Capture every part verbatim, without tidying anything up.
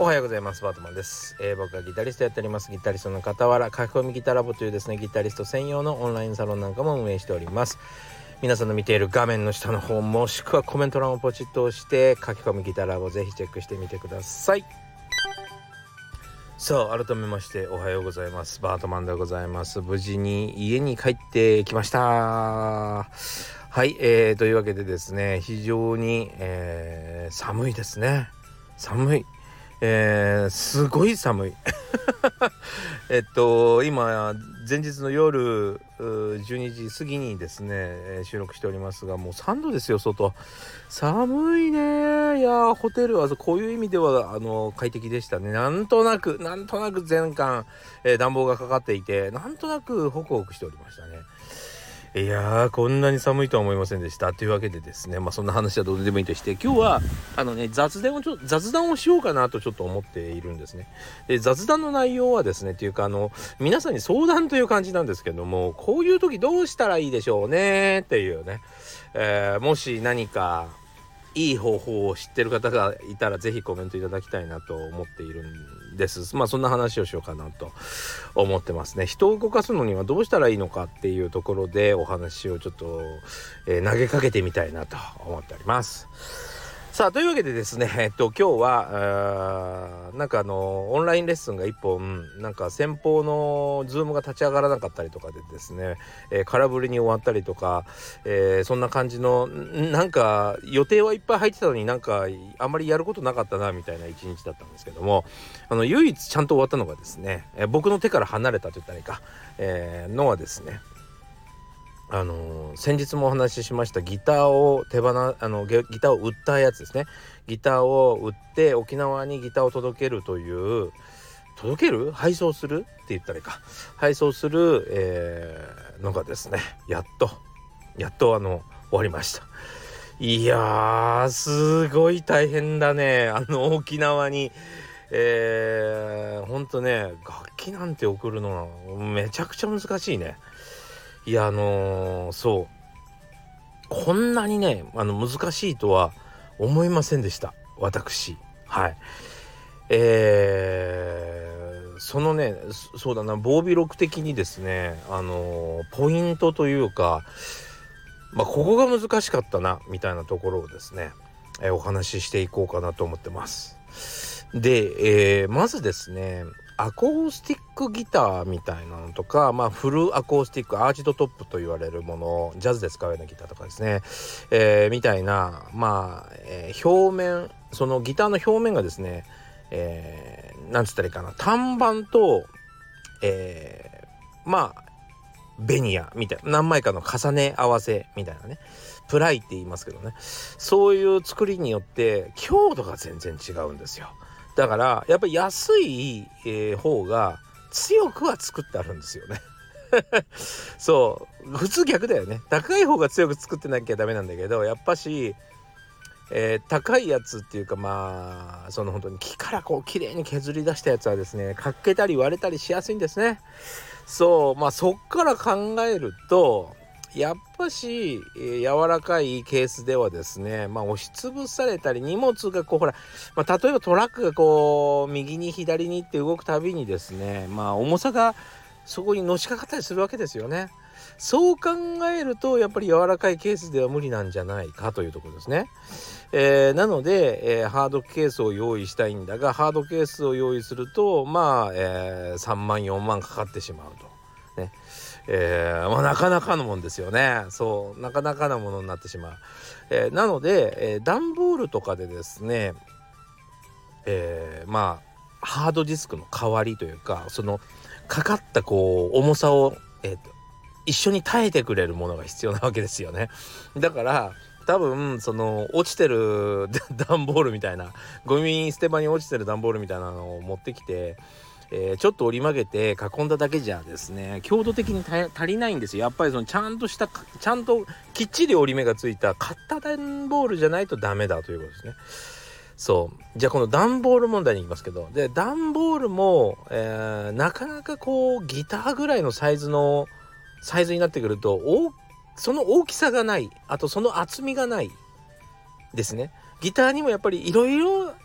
おはようございます。バートマンです、えー、僕はギタリストやっております。ギタリストの傍ら書き込みギタラボというですねギタリスト専用のオンラインサロンなんかも運営しております。皆さんの見ている画面の下の方もしくはコメント欄をポチッと押して書き込みギタラボぜひチェックしてみてください。さあ改めましておはようございます。バートマンでございます。無事に家に帰ってきました。はい、えー、というわけでですね非常に、えー、寒いですね。寒いえー、すごい寒いえっと今前日の夜じゅうにじ過ぎにですね収録しておりますが、もうさんどですよ。外寒いね。いやホテルはこういう意味ではあの快適でしたね。なんとなくなんとなく全館、えー、暖房がかかっていてなんとなくホクホクしておりましたね。いやーこんなに寒いとは思いませんでした。というわけでですねまあそんな話はどうでもいいとして、今日はあのね雑談をちょ雑談をしようかなとちょっと思っているんですね。で雑談の内容はですねというかあの皆さんに相談という感じなんですけども、こういう時どうしたらいいでしょうねっていうね、えー、もし何かいい方法を知ってる方がいたらぜひコメントいただきたいなと思っているんです。まあそんな話をしようかなと思ってますね。人を動かすのにはどうしたらいいのかっていうところでお話をちょっと、えー、投げかけてみたいなと思っております。さあというわけでですねえっと今日はなんかあのオンラインレッスンがいっぽんなんか先方のズームが立ち上がらなかったりとかでですね、えー、空振りに終わったりとか、えー、そんな感じのなんか予定はいっぱい入ってたのになんかあんまりやることなかったなみたいな一日だったんですけども、あの唯一ちゃんと終わったのがですね、えー、僕の手から離れたと言ったらいいか、えー、のはですねあのー、先日もお話ししましたギターを手放あのギターを売ったやつですね。ギターを売って沖縄にギターを届けるという届ける配送するって言ったらいいか配送する、えー、のがですねやっとやっとあの終わりました。いやーすごい大変だね。あの沖縄にえー、ほんとね楽器なんて送るのめちゃくちゃ難しいね。いやあのー、そうこんなにねあの難しいとは思いませんでした私。はいえー、そのねそうだな防備録的にですねあのー、ポイントというかまあここが難しかったなみたいなところをですね、えー、お話ししていこうかなと思ってます。で、えー、まずですねアコースティックギターみたいなのとか、まあ、フルアコースティックアーチドトップと言われるもの、ジャズで使うようなギターとかですね、えー、みたいな、まあ、えー、表面そのギターの表面がですね、えー、なんつったらいいかな単板と、えー、まあベニヤみたいな何枚かの重ね合わせみたいなねプライって言いますけどね、そういう作りによって強度が全然違うんですよ。だからやっぱり安い、えー、方が強くは作ってあるんですよねそう普通逆だよね。高い方が強く作ってなきゃダメなんだけど、やっぱし、えー、高いやつっていうかまあその本当に木からこう綺麗に削り出したやつはですね欠けたり割れたりしやすいんですね。そうまあそっから考えるとやっぱし、えー、柔らかいケースではですねまあ押しつぶされたり荷物がこうほら、まあ、例えばトラックがこう右に左にって動くたびにですねまあ重さがそこにのしかかったりするわけですよね。そう考えるとやっぱり柔らかいケースでは無理なんじゃないかというところですね。えー、なので、えー、ハードケースを用意したいんだがハードケースを用意するとまあ、えー、さんまんよんまんかかってしまうとね。えーまあ、なかなかのもんですよね。そうなかなかなものになってしまう、えー、なので、えー、段ボールとかでですね、えー、まあハードディスクの代わりというかそのかかったこう重さを、えーと、一緒に耐えてくれるものが必要なわけですよね。だから多分その落ちてる段ボールみたいなゴミ捨て場に落ちてる段ボールみたいなのを持ってきてえー、ちょっと折り曲げて囲んだだけじゃですね強度的に足りないんですよ。やっぱりそのちゃんとしたちゃんときっちり折り目がついた買った段ボールじゃないとダメだということですね。そうじゃあこの段ボール問題に行きますけど、で段ボールも、えー、なかなかこうギターぐらいのサイズのサイズになってくるとおその大きさがない、あとその厚みがないですね。ギターにもやっぱりいろいろ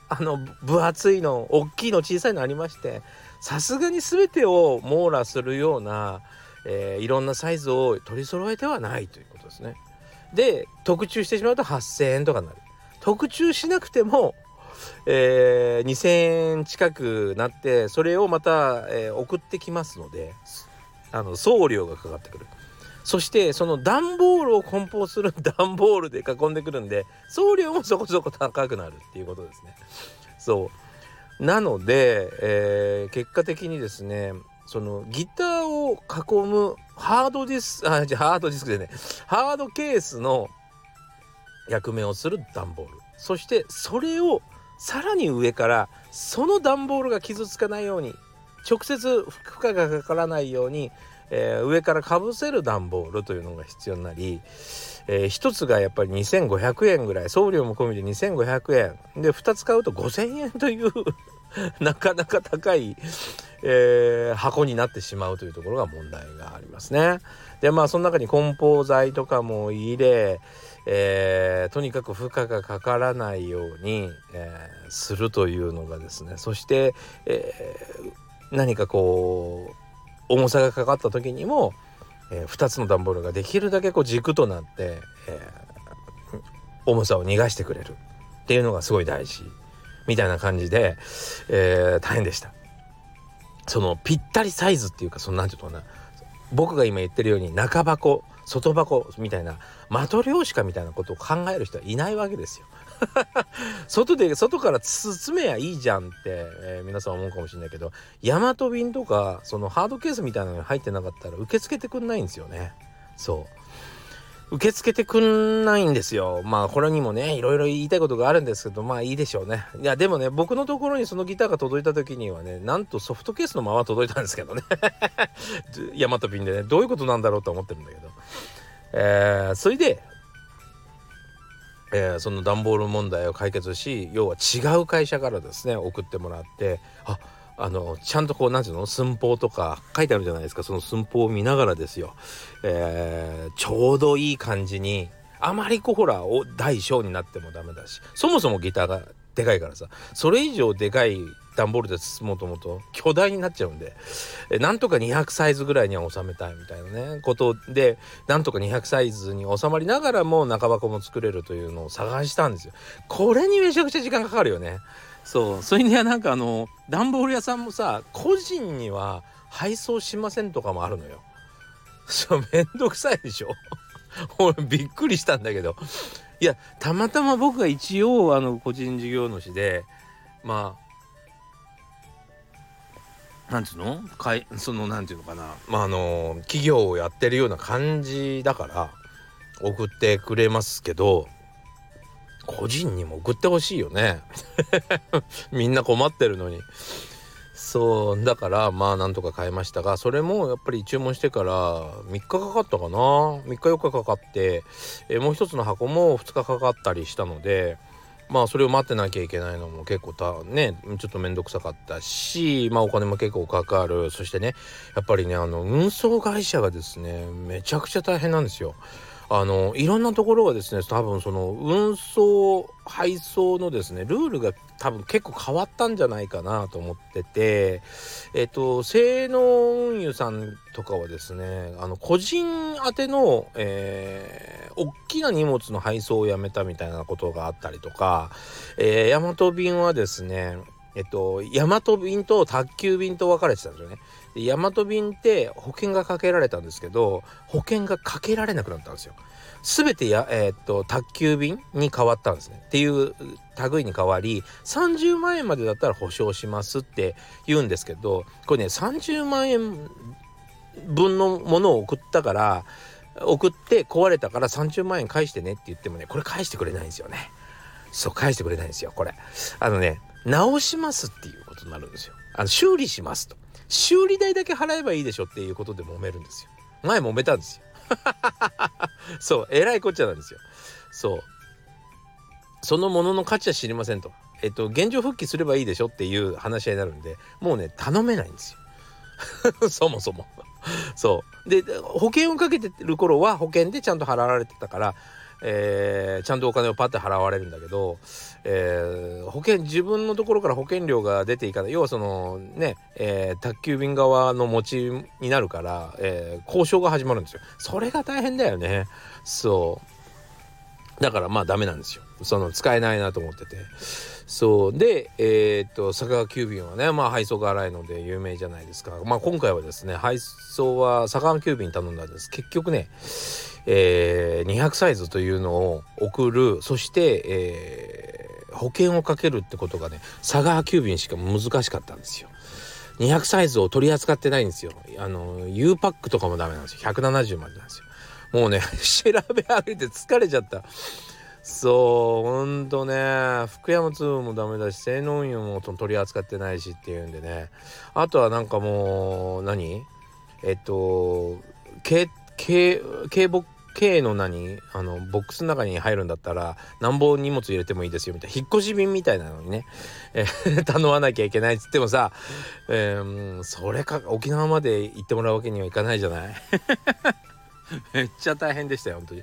あの分厚いの大きいの小さいのありまして、さすがに全てを網羅するような、えー、いろんなサイズを取り揃えてはないということですね。で特注してしまうとはっせんえんとかになる。特注しなくても、えー、にせんえん近くなって、それをまた、えー、送ってきますので、あの送料がかかってくる。そしてその段ボールを梱包する段ボールで囲んでくるんで、送料もそこそこ高くなるっていうことですね。そうなので、えー、結果的にですね、そのギターを囲むハードディスクあじゃハードディスクでねハードケースの役目をする段ボール、そしてそれをさらに上からその段ボールが傷つかないように、直接負荷がかからないように、えー、上からかぶせる段ボールというのが必要になり、えー、ひとつがやっぱりにせんごひゃくえんぐらい、送料も込みでにせんごひゃくえんで、ふたつ買うとごせんえんというなかなか高い、えー、箱になってしまうというところが問題がありますね。でまあその中に梱包材とかも入れ、えー、とにかく負荷がかからないように、えー、するというのがですね、そして、えー、何かこう重さがかかった時にも、えー、ふたつの段ボールができるだけこう軸となって、えー、重さを逃がしてくれるっていうのがすごい大事みたいな感じで、えー、大変でした。そのぴったりサイズっていうか、そのなんていうのかな、僕が今言ってるように中箱外箱みたいな的漁師かみたいなことを考える人はいないわけですよ外で外から包めやいいじゃんって、えー、皆さん思うかもしれないけど、ヤマト便とかそのハードケースみたいなのに入ってなかったら受け付けてくんないんですよね。そう受け付けてくんないんですよ。まあこれにもねいろいろ言いたいことがあるんですけど、まあいいでしょうね。いやでもね、僕のところにそのギターが届いた時にはね、なんとソフトケースのまま届いたんですけどねヤマト便でね、どういうことなんだろうと思ってるんだけど、えー、それで、えー、その段ボール問題を解決し、要は違う会社からですね送ってもらって、ああのちゃんとこうなんていうの寸法とか書いてあるじゃないですか。その寸法を見ながらですよ、えー、ちょうどいい感じに、あまりこうほら大小になってもダメだし、そもそもギターがでかいからさ、それ以上でかい段ボールで包もうと思うと巨大になっちゃうんで、えなんとかにひゃくサイズぐらいには収めたいみたいなねことで、なんとかにひゃくサイズに収まりながらも中箱も作れるというのを探したんですよ。これにめちゃくちゃ時間かかるよね。そうそれにはなんかあの段ボール屋さんもさ、個人には配送しませんとかもあるのよ。そうめんどくさいでしょ俺びっくりしたんだけど、いやたまたま僕が一応あの個人事業主で、まあなんていうのかいそのなんていうのかな、まああの企業をやってるような感じだから送ってくれますけど、個人にも送ってほしいよねみんな困ってるのに。そうだからまあなんとか買いましたが、それもやっぱり注文してからみっかかかったかな。みっかよっかかかって、えもう一つの箱もふつかかかったりしたので、まあそれを待ってなきゃいけないのも結構たねちょっとめんどくさかったし、まあお金も結構かかる。そしてねやっぱりねあの運送会社がですねめちゃくちゃ大変なんですよ。あのいろんなところがですね、多分その運送配送のですねルールが多分結構変わったんじゃないかなと思ってて、えっと西濃運輸さんとかはですね、あの個人宛ての、えー、大きな荷物の配送をやめたみたいなことがあったりとか、えー、ヤマト便はですねえっとヤマト便と宅急便と分かれてたんですよね。ヤマト便って保険がかけられたんですけど、保険がかけられなくなったんですよ。すべてや、えー、っと宅急便に変わったんですねっていう類に変わり、さんじゅうまんえんまでだったら保証しますって言うんですけど、これねさんじゅうまんえん分のものを送ったから送って壊れたからさんじゅうまんえん返してねって言ってもね、これ返してくれないんですよね。そう返してくれないんですよ。これあのね直しますっていうことになるんですよ。あの修理しますと、修理代だけ払えばいいでしょっていうことで揉めるんですよ。前揉めたんですよそうえらいこっちゃなんですよ。そうそのものの価値は知りませんと、えっと現状復帰すればいいでしょっていう話し合いになるんで、もうね頼めないんですよそもそもそうで保険をかけてる頃は保険でちゃんと払われてたから、 えー、ちゃんとお金をパッて払われるんだけど、えー、保険自分のところから保険料が出ていかない、要はそのね、えー、宅急便側の持ちになるから、えー、交渉が始まるんですよ。それが大変だよね。そうだからまあダメなんですよ。その使えないなと思ってて、そうで、えー、っと佐川急便はね、まあ配送が荒いので有名じゃないですか。まあ今回はですね、配送は佐川急便に頼んだんです。結局ね、えー、にひゃくサイズというのを送る、そして、えー、保険をかけるってことがね、佐川急便しか難しかったんですよ。にひゃくサイズを取り扱ってないんですよ。あの U パックとかもダメなんですよ。ひゃくななじゅうまでなんですよ。もうね調べ上げて疲れちゃった。そうほんとね、福山ツーもダメだし、性能運用も取り扱ってないしっていうんでね、あとはなんかもう何えっと軽軽軽ボ軽の何あのボックスの中に入るんだったら何本荷物入れてもいいですよみたいな、引っ越し便みたいなのにね、えー、頼まなきゃいけないっつってもさ、えー、それか沖縄まで行ってもらうわけにはいかないじゃないめっちゃ大変でしたよ本当に。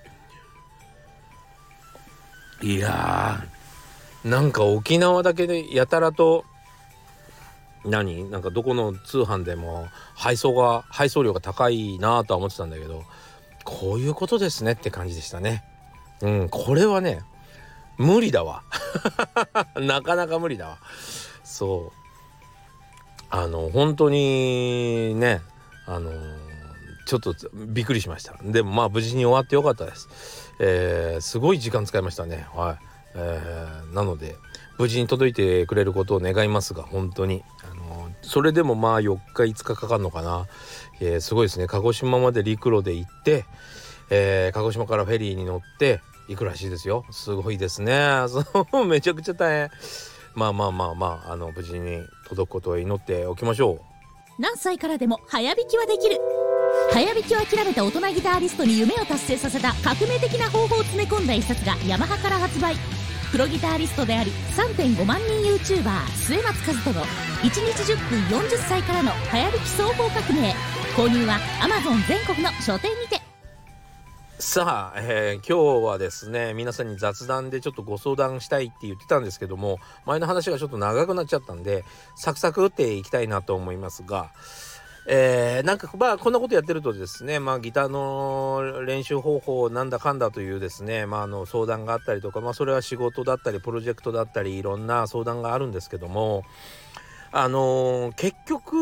いやーなんか沖縄だけでやたらと何なんかどこの通販でも配送が配送料が高いなとは思ってたんだけど、こういうことですねって感じでしたね。うんこれはね無理だわなかなか無理だわ。そうあの本当にねあのちょっとびっくりしました。でもまあ無事に終わってよかったです。えー、すごい時間使いましたね。はい、えー、なので無事に届いてくれることを願いますが、本当にあのそれでもまあよっかいつかかかるのかな、えー、すごいですね。鹿児島まで陸路で行って、えー、鹿児島からフェリーに乗って行くらしいですよ。すごいですね。そうめちゃくちゃ大変。まあまあまあまああの無事に届くことを祈っておきましょう。 何歳からでも早弾きはできる。早弾きを諦めた大人ギタリストに夢を達成させた革命的な方法を詰め込んだ一冊がヤマハから発売。プロギタリストであり さんてんごまんにん YouTuber 末松和人のいちにちじゅっぷんよんじゅっさいからの早弾き総合革命。購入は Amazon 全国の書店にて。 さあ、えー、今日はですね皆さんに雑談でちょっとご相談したいって言ってたんですけども、前の話がちょっと長くなっちゃったんでサクサク打っていきたいなと思いますが、えー、なんかまあこんなことやってるとですね、まあギターの練習方法なんだかんだというですね、まああの相談があったりとか、まあそれは仕事だったりプロジェクトだったりいろんな相談があるんですけども、あのー、結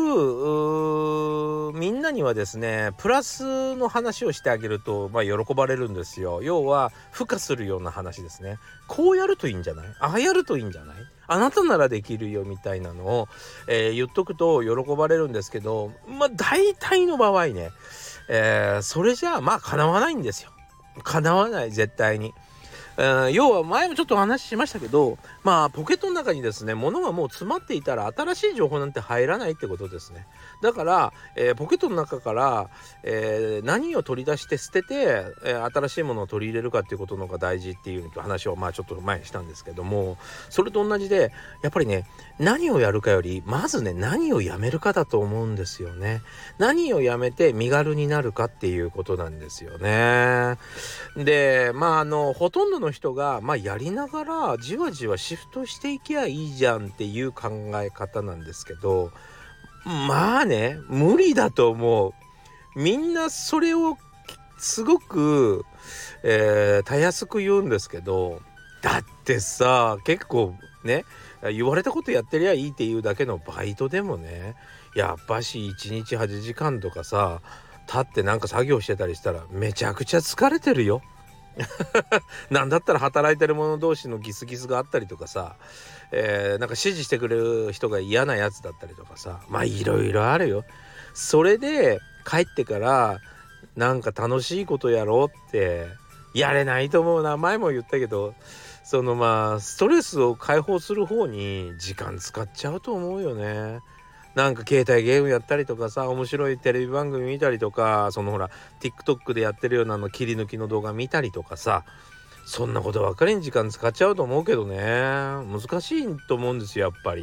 局みんなにはですねプラスの話をしてあげると、まあ、喜ばれるんですよ。要は付加するような話ですね。こうやるといいんじゃない、ああやるといいんじゃない、あなたならできるよみたいなのを、えー、言っとくと喜ばれるんですけど、まあ大体の場合ね、えー、それじゃあまあ叶わないんですよ。叶わない絶対に。えー、要は前もちょっとお話ししましたけど、まあポケットの中にですね物がもう詰まっていたら新しい情報なんて入らないってことですね。だから、えー、ポケットの中から、えー、何を取り出して捨てて、えー、新しいものを取り入れるかっていうことの方が大事っていう話をまあちょっと前にしたんですけども、それと同じでやっぱりね何をやるかよりまずね何をやめるかだと思うんですよね。何をやめて身軽になるかっていうことなんですよね。でまああのほとんどのの人がまあやりながらじわじわシフトしていけばいいじゃんっていう考え方なんですけど、まあね無理だと思う。みんなそれをすごく、えー、たやすく言うんですけど、だってさ結構ね言われたことやってりゃいいっていうだけのバイトでもね、やっぱしいちにちはちじかんとかさ立ってなんか作業してたりしたらめちゃくちゃ疲れてるよなんだったら働いてる者同士のギスギスがあったりとかさ、えー、なんか指示してくれる人が嫌なやつだったりとかさ、まあいろいろあるよ。それで帰ってからなんか楽しいことやろうってやれないと思うな。前も言ったけどそのまあストレスを解放する方に時間使っちゃうと思うよね。なんか携帯ゲームやったりとかさ、面白いテレビ番組見たりとか、そのほら TikTok でやってるようなの切り抜きの動画見たりとかさ、そんなことばっかりに時間使っちゃうと思うけどね、難しいと思うんですよやっぱり。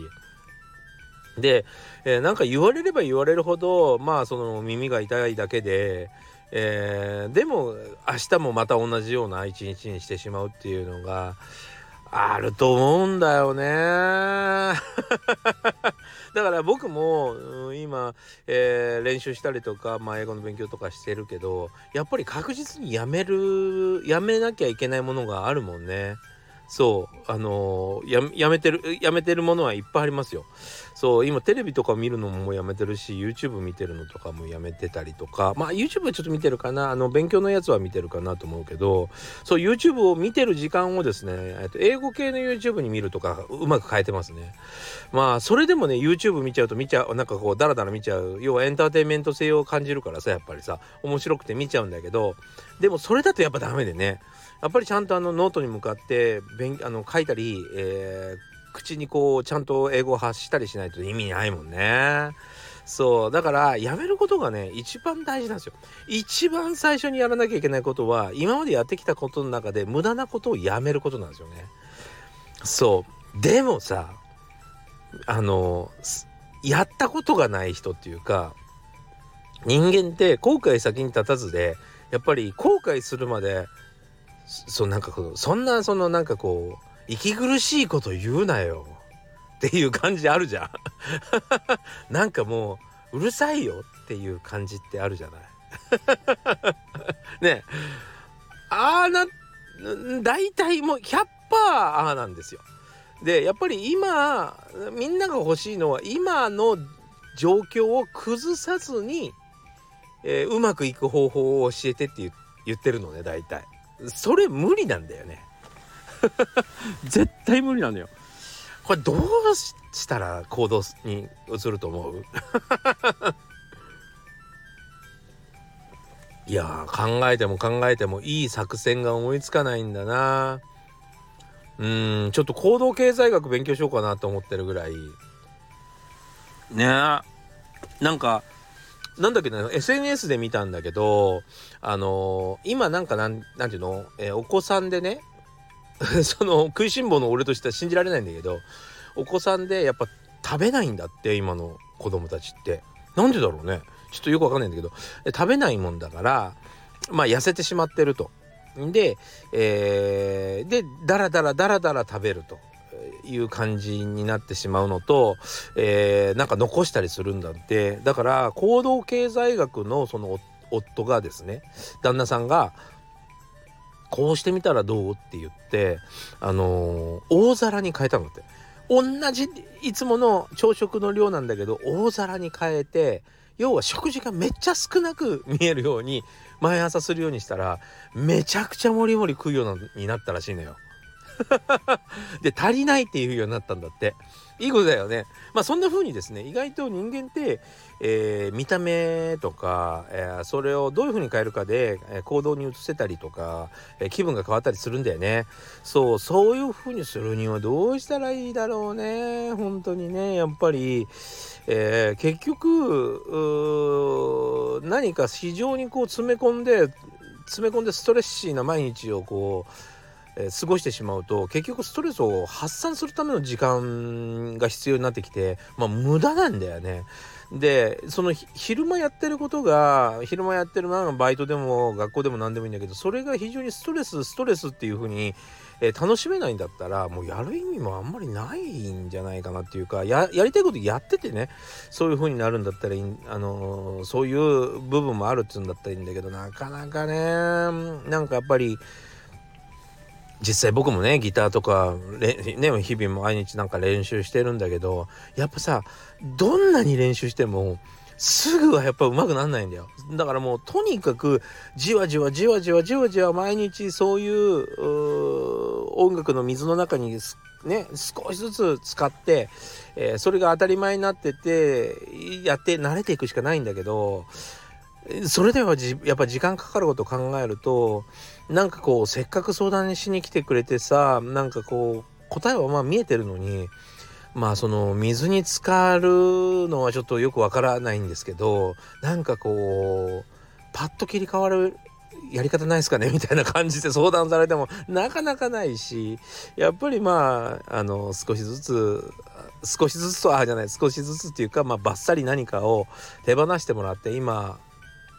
で、えー、なんか言われれば言われるほどまあその耳が痛いだけで、 えー、でも明日もまた同じような一日にしてしまうっていうのがあると思うんだよねだから僕も、うん、今、えー、練習したりとか、まあ、英語の勉強とかしてるけどやっぱり確実にやめるやめなきゃいけないものがあるもんね。そうあのー、や, やめてるやめてるものはいっぱいありますよ。そう今テレビとか見るのももうやめてるし YouTube 見てるのとかもやめてたりとか、まあ YouTube はちょっと見てるかな、あの勉強のやつは見てるかなと思うけど、そう YouTube を見てる時間をですね、えっと、英語系の YouTube に見るとかうまく変えてますね。まあそれでもね YouTube 見ちゃうと見ちゃうなんかこうダラダラ見ちゃう、要はエンターテインメント性を感じるからさ、やっぱりさ面白くて見ちゃうんだけど、でもそれだとやっぱダメでね、やっぱりちゃんとあのノートに向かって勉あの書いたり、えー、口にこうちゃんと英語を発したりしないと意味ないもんね。そうだからやめることがね一番大事なんですよ。一番最初にやらなきゃいけないことは今までやってきたことの中で無駄なことをやめることなんですよね。そうでもさあのやったことがない人っていうか、人間って後悔先に立たずでやっぱり後悔するまでそなんかこうそんなそのなんかこう息苦しいこと言うなよっていう感じあるじゃんなんかもううるさいよっていう感じってあるじゃないね。ああな大体もう ひゃくパーセント ああなんですよ。でやっぱり今みんなが欲しいのは今の状況を崩さずに、えー、うまくいく方法を教えてって言、言ってるのね。大体それ無理なんだよね絶対無理なんだよ。これどうしたら行動に移ると思ういやー考えても考えてもいい作戦が思いつかないんだな。うーんちょっと行動経済学勉強しようかなと思ってるぐらいね。なんかなんだっけな エスエヌエス で見たんだけど、あのー、今なんかなんなんていうの、えー、お子さんでねその食いしん坊の俺としては信じられないんだけど、お子さんでやっぱ食べないんだって今の子供たちって。なんでだろうね、ちょっとよくわかんないんだけど、食べないもんだからまあ痩せてしまってると。で、えー、でダラダラダラダラ食べるという感じになってしまうのと、えー、なんか残したりするんだって。だから行動経済学のその夫がですね、旦那さんがこうしてみたらどうって言ってあのー、大皿に変えたのって。同じいつもの朝食の量なんだけど大皿に変えて、要は食事がめっちゃ少なく見えるように毎朝するようにしたらめちゃくちゃもりもり食うようになったらしいのよで足りないっていうようになったんだって。いいことだよね。まあそんな風にですね、意外と人間って、えー、見た目とか、えー、それをどういう風に変えるかで、えー、行動に移せたりとか、えー、気分が変わったりするんだよね。そうそういう風にするにはどうしたらいいだろうね。本当にね、やっぱり、えー、結局何か非常にこう詰め込んで詰め込んでストレッシーな毎日をこうえー、過ごしてしまうと結局ストレスを発散するための時間が必要になってきて、まあ無駄なんだよね。でその昼間やってることが昼間やってるまあバイトでも学校でも何でもいいんだけど、それが非常にストレスストレスっていう風に、えー、楽しめないんだったらもうやる意味もあんまりないんじゃないかなっていうか、 や, やりたいことやっててね、そういう風になるんだったらいい、あのー、そういう部分もあるっていうんだったらいいんだけど、なかなかねなんかやっぱり実際僕もねギターとかね日々毎日なんか練習してるんだけど、やっぱさどんなに練習してもすぐはやっぱ上手くなんないんだよ。だからもうとにかくじわじわじわじわじわじわ毎日そういう、う音楽の水の中にね少しずつ使って、えー、それが当たり前になっててやって慣れていくしかないんだけど、それではじやっぱ時間かかることを考えると、なんかこうせっかく相談しに来てくれてさ、なんかこう答えはまあ見えてるのに、まあその水に浸かるのはちょっとよくわからないんですけど、なんかこうパッと切り替わるやり方ないですかねみたいな感じで相談されてもなかなかないし、やっぱりまああの少しずつ少しずつとあじゃない少しずつっていうか、まあバッサリ何かを手放してもらって、今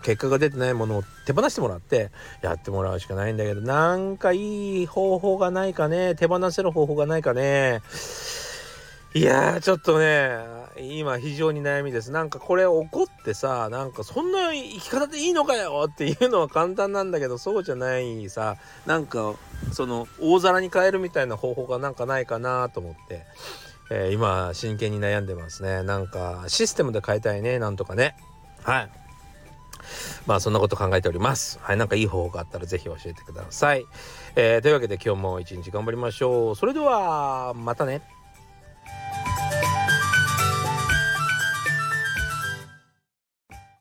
結果が出てないものを手放してもらってやってもらうしかないんだけど、なんかいい方法がないかね。手放せる方法がないかね。いやーちょっとね今非常に悩みです。なんかこれ怒ってさ、なんかそんな生き方でいいのかよっていうのは簡単なんだけど、そうじゃないさ、なんかその大皿に変えるみたいな方法がなんかないかなと思って、えー、今真剣に悩んでますね。なんかシステムで変えたいね、なんとかね。はい、まあそんなこと考えております。はい、なんかいい方法があったらぜひ教えてください。えー、というわけで今日も一日頑張りましょう。それではまたね。